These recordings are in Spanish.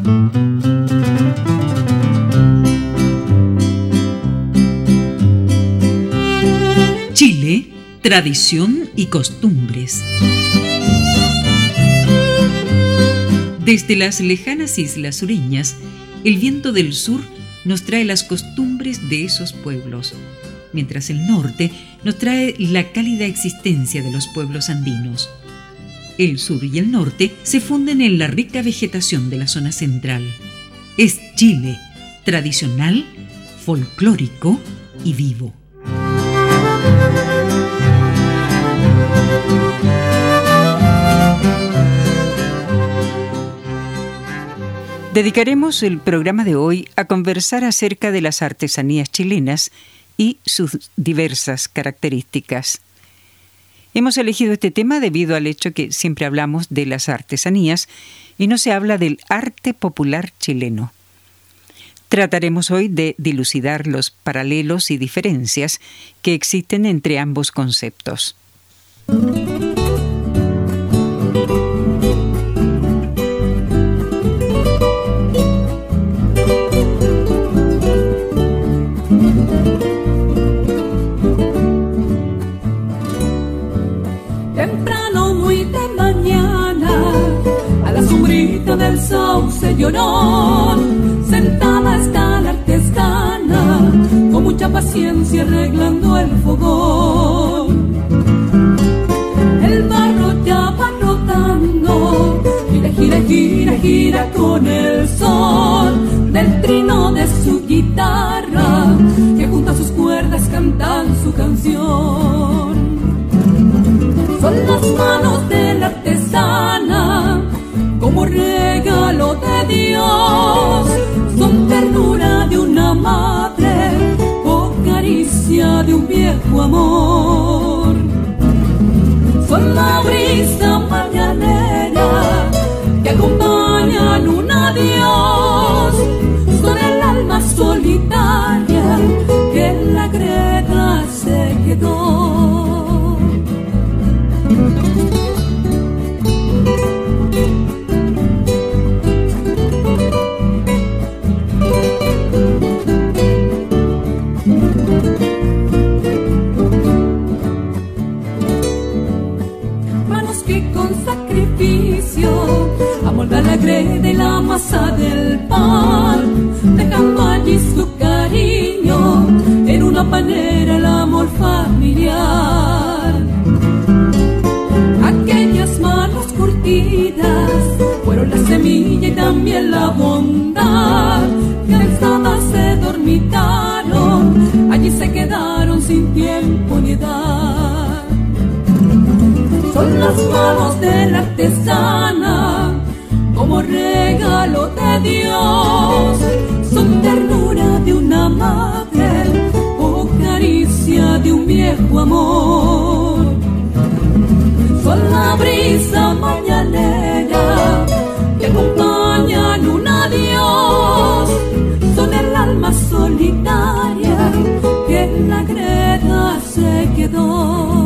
Chile, tradición y costumbres. Desde las lejanas islas sureñas, el viento del sur nos trae las costumbres de esos pueblos, mientras el norte nos trae la cálida existencia de los pueblos andinos. El sur y el norte se funden en la rica vegetación de la zona central. Es Chile, tradicional, folclórico y vivo. Dedicaremos el programa de hoy a conversar acerca de las artesanías chilenas y sus diversas características. Hemos elegido este tema debido al hecho que siempre hablamos de las artesanías y no se habla del arte popular chileno. Trataremos hoy de dilucidar los paralelos y diferencias que existen entre ambos conceptos. Del sauce llorón, sentada está la artesana, con mucha paciencia arreglando el fogón. El barro ya va rotando, gira, gira, gira, gira con el son del trino de su guitarra, que junto a sus cuerdas cantan su canción. Son las manos de la artesana, como regalo de Dios, son ternura de una madre o caricia de un viejo amor. Son la brisa mañanera que acompañan un adiós, son el alma solitaria que en la greda se quedó. Amolda la greda y la masa del pan, dejando allí su cariño en una panera, el amor familiar. Aquellas manos curtidas fueron la semilla y también la bondad, cansadas se dormitaron, allí se quedaron sin tiempo ni edad. Son las manos de la artesana, como regalo de Dios, son ternura de una madre o caricia de un viejo amor. Son la brisa mañanera que acompañan un adiós, son el alma solitaria que en la greda se quedó.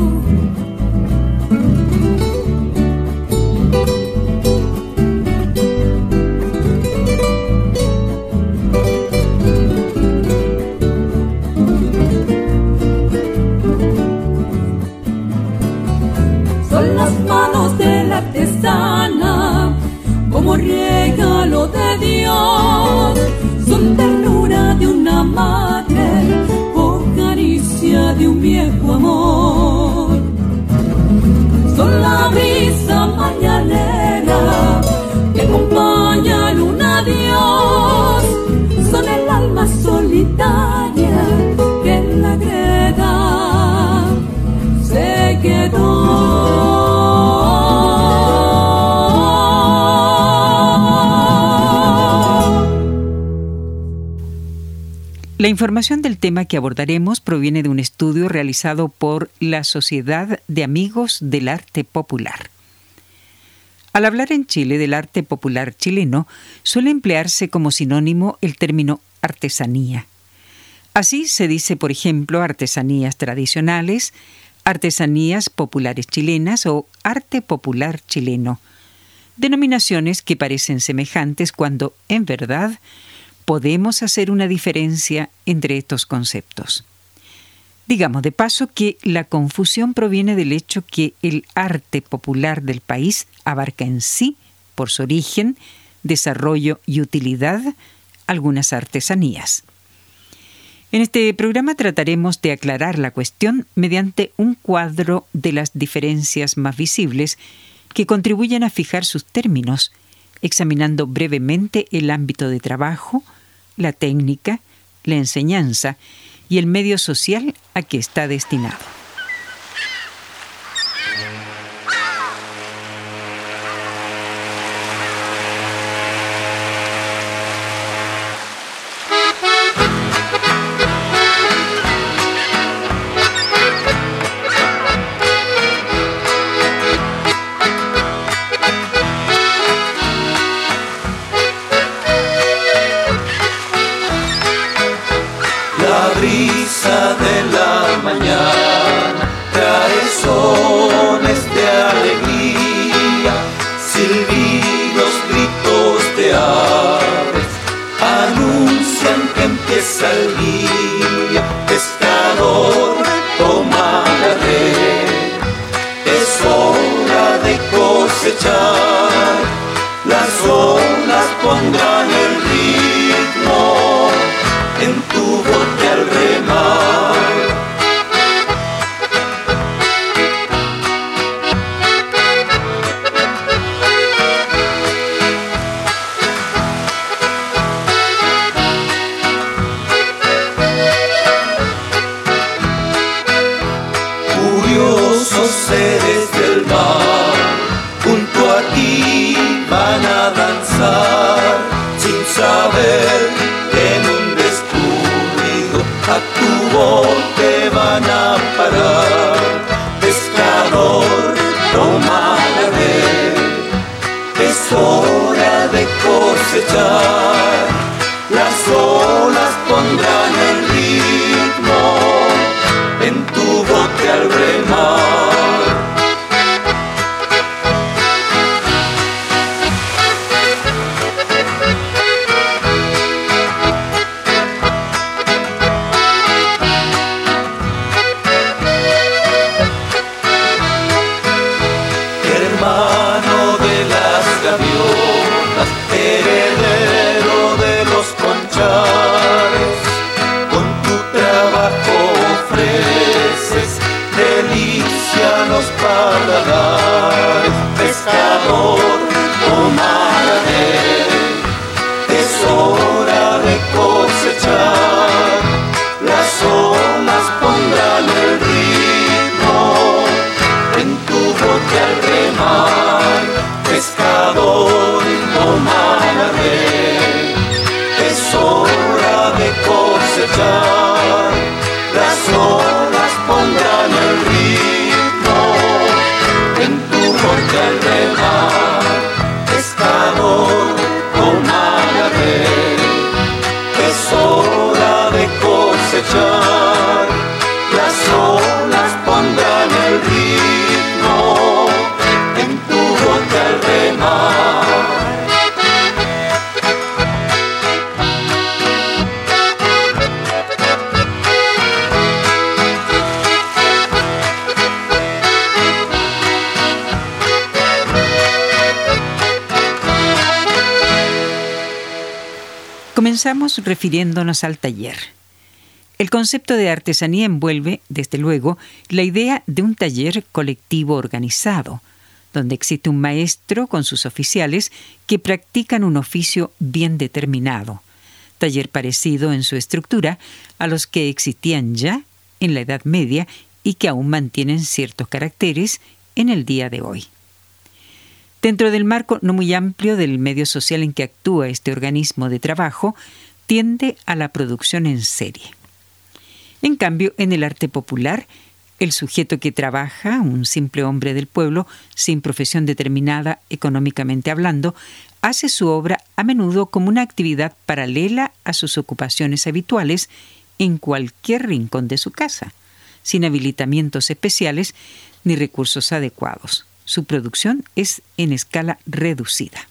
Como regalo de Dios, son ternura de una madre o caricia de un viejo amor. Son la brisa mañanera que acompañan un adiós, son el alma solitaria que en la greda se quedó. La información del tema que abordaremos proviene de un estudio realizado por la Sociedad de Amigos del Arte Popular. Al hablar en Chile del arte popular chileno, suele emplearse como sinónimo el término artesanía. Así se dice, por ejemplo, artesanías tradicionales, artesanías populares chilenas o arte popular chileno, Denominaciones que parecen semejantes cuando, en verdad, podemos hacer una diferencia entre estos conceptos. Digamos de paso que la confusión proviene del hecho que el arte popular del país abarca en sí, por su origen, desarrollo y utilidad, algunas artesanías. En este programa trataremos de aclarar la cuestión mediante un cuadro de las diferencias más visibles que contribuyen a fijar sus términos, examinando brevemente el ámbito de trabajo, la técnica, la enseñanza y el medio social a que está destinado. Las olas pondrán el ritmo en tu bote al remar. Curiosos seres del mar, junto a ti van a danzar, sin saber que en un descuido a tu bote van a parar. Pescador, toma la red, es hora de cosechar. Las olas pondrán el ritmo en tu bote al remar. Hermano de las gaviotas, heredero de los conchares, con tu trabajo ofreces delicia a los paladares. Pescador, toma la red, es hora de cosechar. Las olas pondrán el ritmo en tu bote al remar. Pescador, toma la red, es hora de cosechar. Las olas pondrán el ritmo en tu bote al remar. Pescador, toma la red, es hora de cosechar. Las olas pondrán el ritmo en tu bote al remar. Comenzamos refiriéndonos al taller. El concepto de artesanía envuelve, desde luego, la idea de un taller colectivo organizado, donde existe un maestro con sus oficiales que practican un oficio bien determinado, taller parecido en su estructura a los que existían ya en la Edad Media y que aún mantienen ciertos caracteres en el día de hoy. Dentro del marco no muy amplio del medio social en que actúa este organismo de trabajo, tiende a la producción en serie. En cambio, en el arte popular, el sujeto que trabaja, un simple hombre del pueblo, sin profesión determinada económicamente hablando, hace su obra a menudo como una actividad paralela a sus ocupaciones habituales en cualquier rincón de su casa, sin habilitamientos especiales ni recursos adecuados. Su producción es en escala reducida.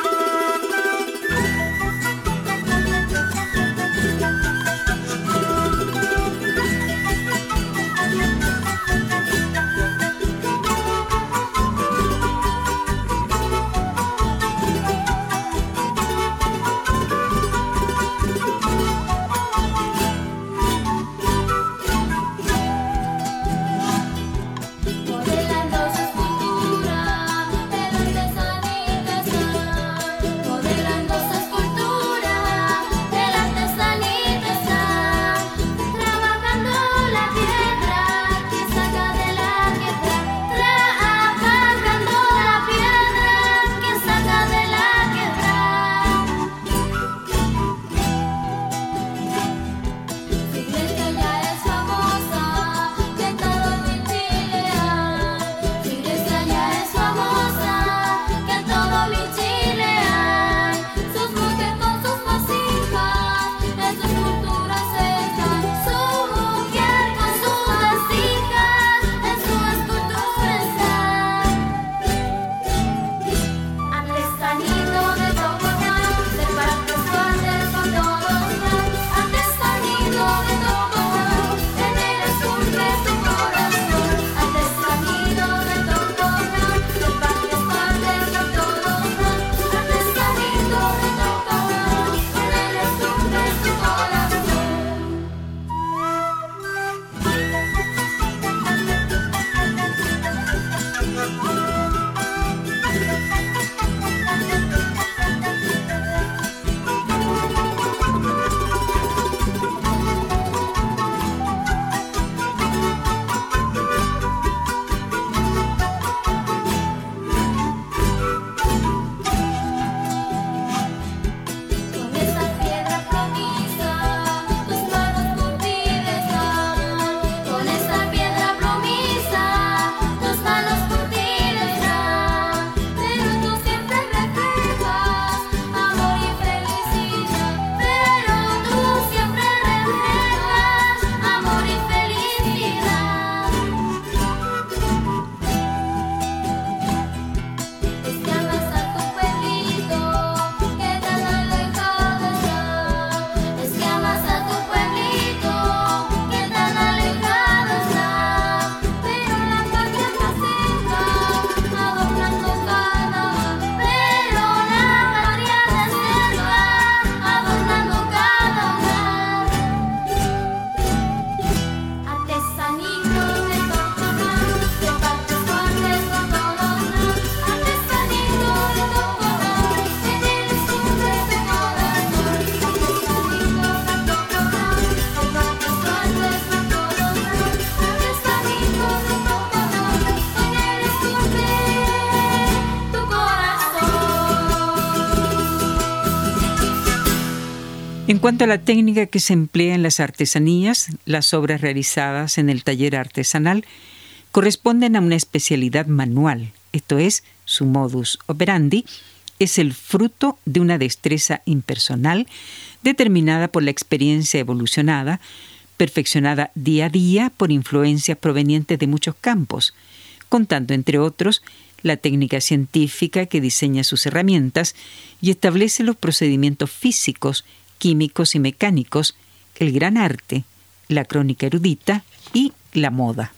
En cuanto a la técnica que se emplea en las artesanías, las obras realizadas en el taller artesanal corresponden a una especialidad manual, esto es, su modus operandi es el fruto de una destreza impersonal determinada por la experiencia evolucionada, perfeccionada día a día por influencias provenientes de muchos campos, contando, entre otros, la técnica científica que diseña sus herramientas y establece los procedimientos físicos, químicos y mecánicos, el gran arte, la crónica erudita y la moda.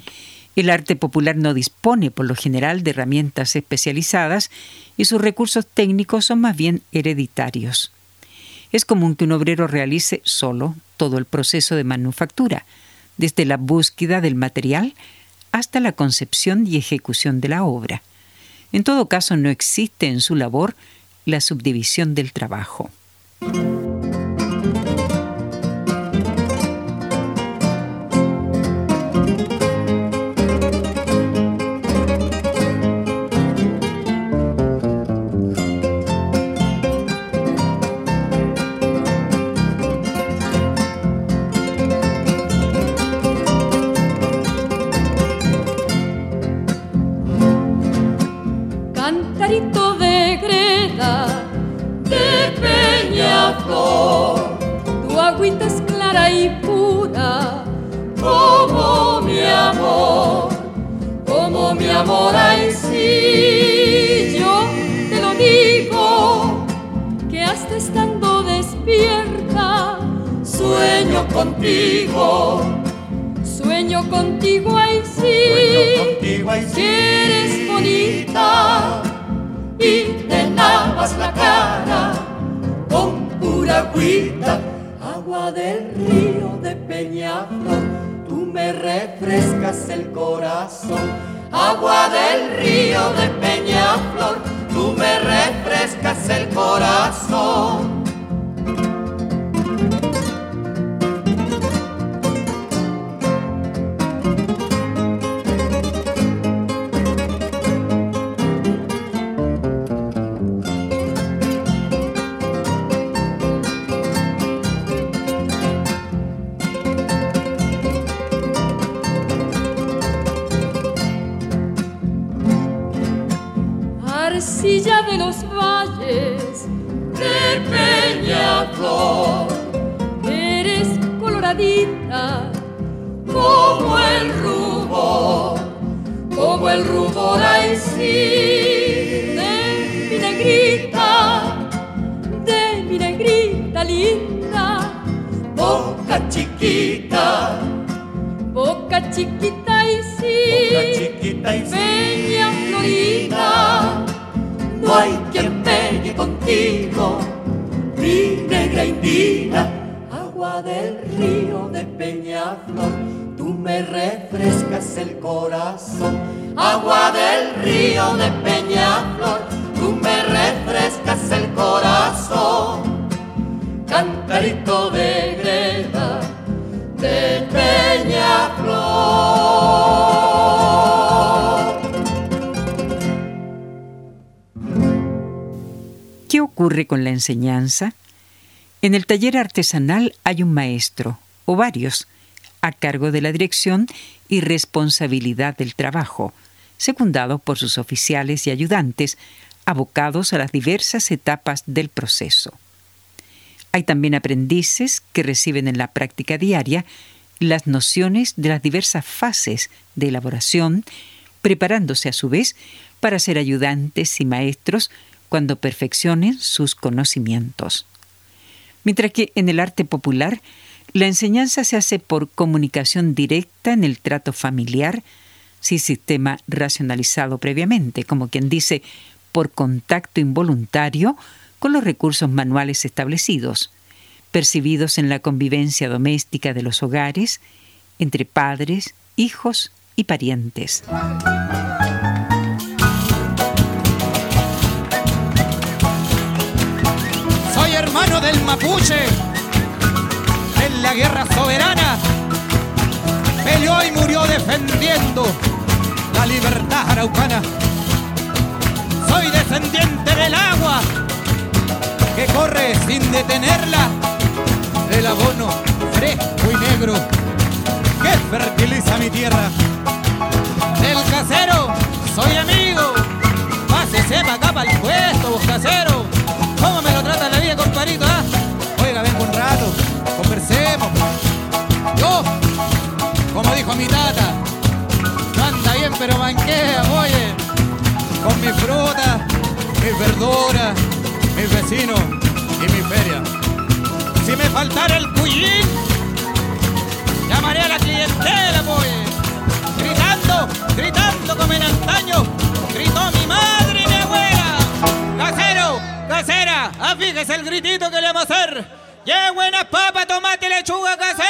El arte popular no dispone, por lo general, de herramientas especializadas y sus recursos técnicos son más bien hereditarios. Es común que un obrero realice solo todo el proceso de manufactura, desde la búsqueda del material hasta la concepción y ejecución de la obra. En todo caso, no existe en su labor la subdivisión del trabajo. Cantarito de greda, de peñaflor, tu agüita es clara y pura, como mi amor, ay sí. siesta estando despierta. Sueño contigo, ay sí, que eres bonita y te lavas la cara con pura agüita. Agua del río de Peñaflor, tú me refrescas el corazón. Agua del río de Peñaflor, tú me refrescas el corazón. Arcilla de los valles de Peñaflor, eres coloradita como el rubor, ay sí, de mi negrita linda. Boca chiquita y sí, Peña Florida. No hay quien pegue contigo, mi negra indina. Agua del río de Peñaflor, tú me refrescas el corazón. Agua del río de Peñaflor, tú me refrescas el corazón. Cantarito de greda de Peñaflor. ¿Qué ocurre con la enseñanza? En el taller artesanal hay un maestro, o varios, a cargo de la dirección y responsabilidad del trabajo, secundado por sus oficiales y ayudantes, abocados a las diversas etapas del proceso. Hay también aprendices que reciben en la práctica diaria las nociones de las diversas fases de elaboración, preparándose a su vez para ser ayudantes y maestros cuando perfeccionen sus conocimientos. Mientras que en el arte popular, la enseñanza se hace por comunicación directa en el trato familiar, sin sistema racionalizado previamente, como quien dice, por contacto involuntario con los recursos manuales establecidos, percibidos en la convivencia doméstica de los hogares, entre padres, hijos y parientes. Soy hermano del mapuche, en la guerra soberana, peleó y murió defendiendo la libertad araucana. Soy descendiente del agua que corre sin detenerla, del abono fresco y negro que fertiliza mi tierra. Del casero soy amigo, pásese pa' acá pa'l puesto, vos casero. ¿Cómo me lo trata la vida, compadrito? ¿Ah? Oiga, vengo un rato, conversemos. Yo, como dijo mi tata, no anda bien pero banquea, oye, con mi fruta, mis verduras, mis vecinos y mi feria. Si me faltara el cuyín, llamaré a la clientela, pues. Gritando como en antaño, gritó mi madre y mi abuela. Casero, casera, fíjese el gritito que le vamos a hacer. ¡Qué buenas papas, tomate, lechuga, casera!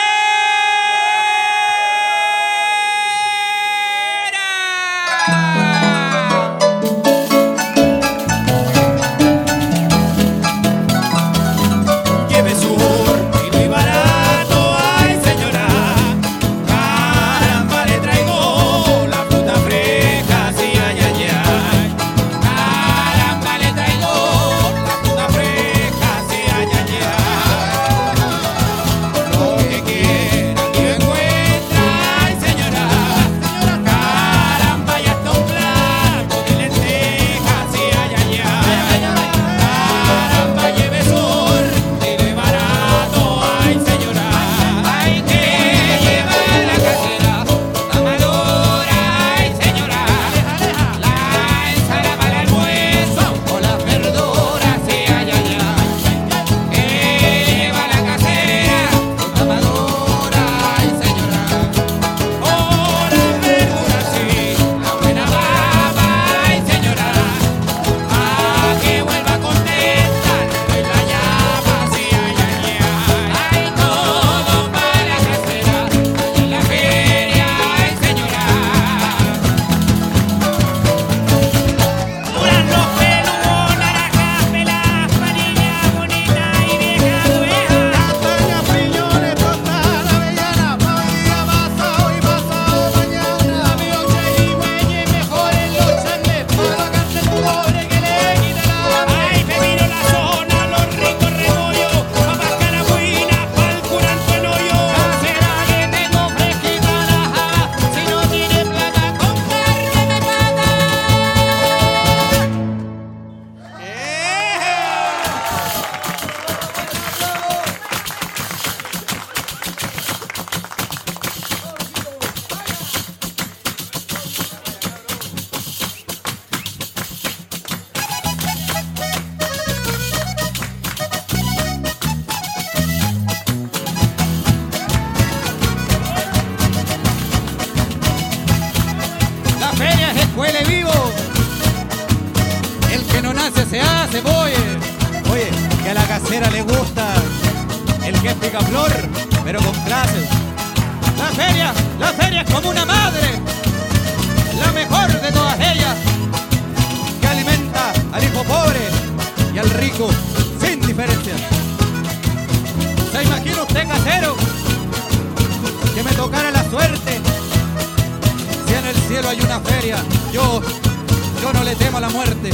cebolle. Oye, que a la casera le gusta el que es picaflor, pero con clase. La feria es como una madre, la mejor de todas ellas, que alimenta al hijo pobre y al rico sin diferencia. ¿Se imagina usted, casero, que me tocara la suerte? Si en el cielo hay una feria, yo no le temo a la muerte.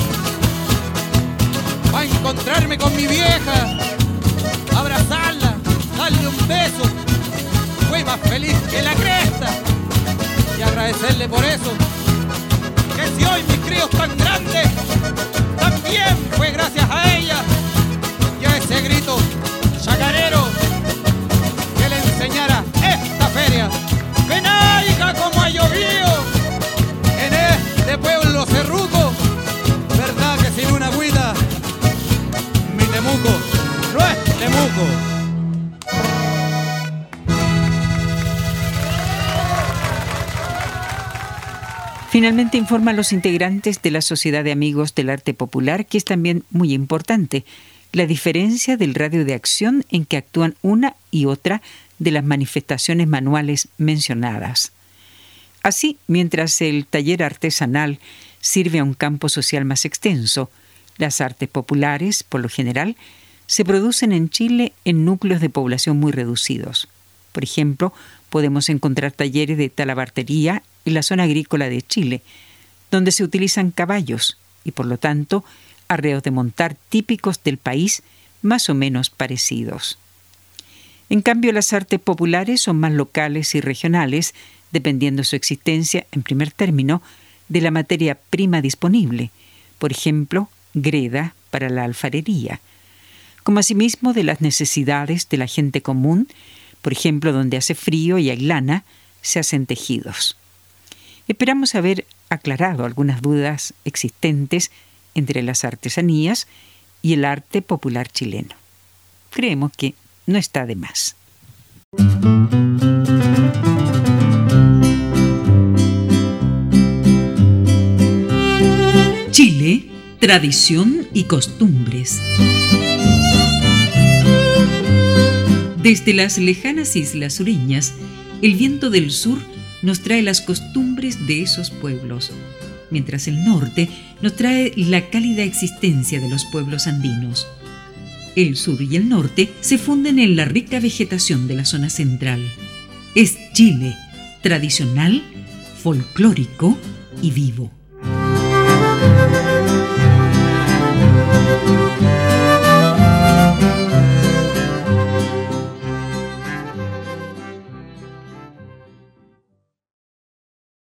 Va a encontrarme con mi vieja, abrazarla, darle un beso, fui más feliz que la cresta, y agradecerle por eso, que si hoy mis críos tan grandes, también fue gracias a ella y a ese grito chacarero que le enseñara esta feria. Que naiga como ha llovido en este pueblo cerruco, verdad que sin una agüita mi Temuco no es Temuco. Finalmente informa a los integrantes de la Sociedad de Amigos del Arte Popular que es también muy importante la diferencia del radio de acción en que actúan una y otra de las manifestaciones manuales mencionadas. Así, mientras el taller artesanal sirve a un campo social más extenso, las artes populares, por lo general, se producen en Chile en núcleos de población muy reducidos. Por ejemplo, podemos encontrar talleres de talabartería en la zona agrícola de Chile, donde se utilizan caballos y, por lo tanto, arreos de montar típicos del país más o menos parecidos. En cambio, las artes populares son más locales y regionales, dependiendo su existencia, en primer término, de la materia prima disponible, por ejemplo, greda para la alfarería, como asimismo de las necesidades de la gente común, por ejemplo, donde hace frío y hay lana, se hacen tejidos. Esperamos haber aclarado algunas dudas existentes entre las artesanías y el arte popular chileno. Creemos que no está de más. Chile, tradición y costumbres. Desde las lejanas islas sureñas, el viento del sur nos trae las costumbres de esos pueblos, mientras el norte nos trae la cálida existencia de los pueblos andinos. El sur y el norte se funden en la rica vegetación de la zona central. Es Chile, tradicional, folclórico y vivo.